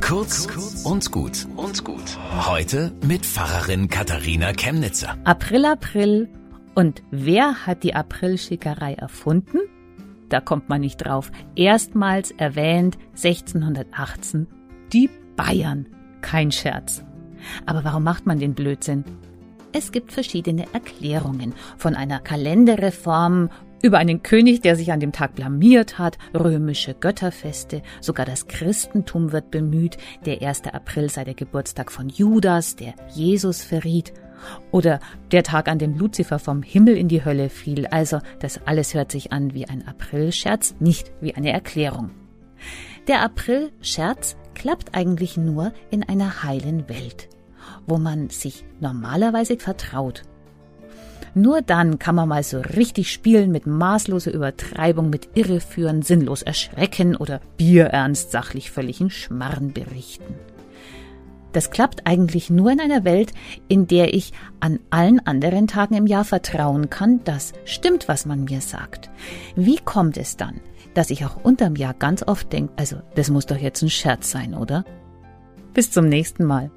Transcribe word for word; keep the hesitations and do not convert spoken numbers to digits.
Kurz und gut und gut. Heute mit Pfarrerin Katharina Chemnitzer. April, April. Und wer hat die Aprilschickerei erfunden? Da kommt man nicht drauf. Erstmals erwähnt sechzehnhundertachtzehn die Bayern. Kein Scherz. Aber warum macht man den Blödsinn? Es gibt verschiedene Erklärungen. Von einer Kalenderreform über einen König, der sich an dem Tag blamiert hat, römische Götterfeste, sogar das Christentum wird bemüht, der erste April sei der Geburtstag von Judas, der Jesus verriet, oder der Tag, an dem Luzifer vom Himmel in die Hölle fiel. Also das alles hört sich an wie ein Aprilscherz, nicht wie eine Erklärung. Der Aprilscherz klappt eigentlich nur in einer heilen Welt, wo man sich normalerweise vertraut. Nur dann kann man mal so richtig spielen mit maßloser Übertreibung, mit Irreführen, sinnlos erschrecken oder bierernst sachlich völligen Schmarren berichten. Das klappt eigentlich nur in einer Welt, in der ich an allen anderen Tagen im Jahr vertrauen kann, dass stimmt, was man mir sagt. Wie kommt es dann, dass ich auch unterm Jahr ganz oft denke, also das muss doch jetzt ein Scherz sein, oder? Bis zum nächsten Mal.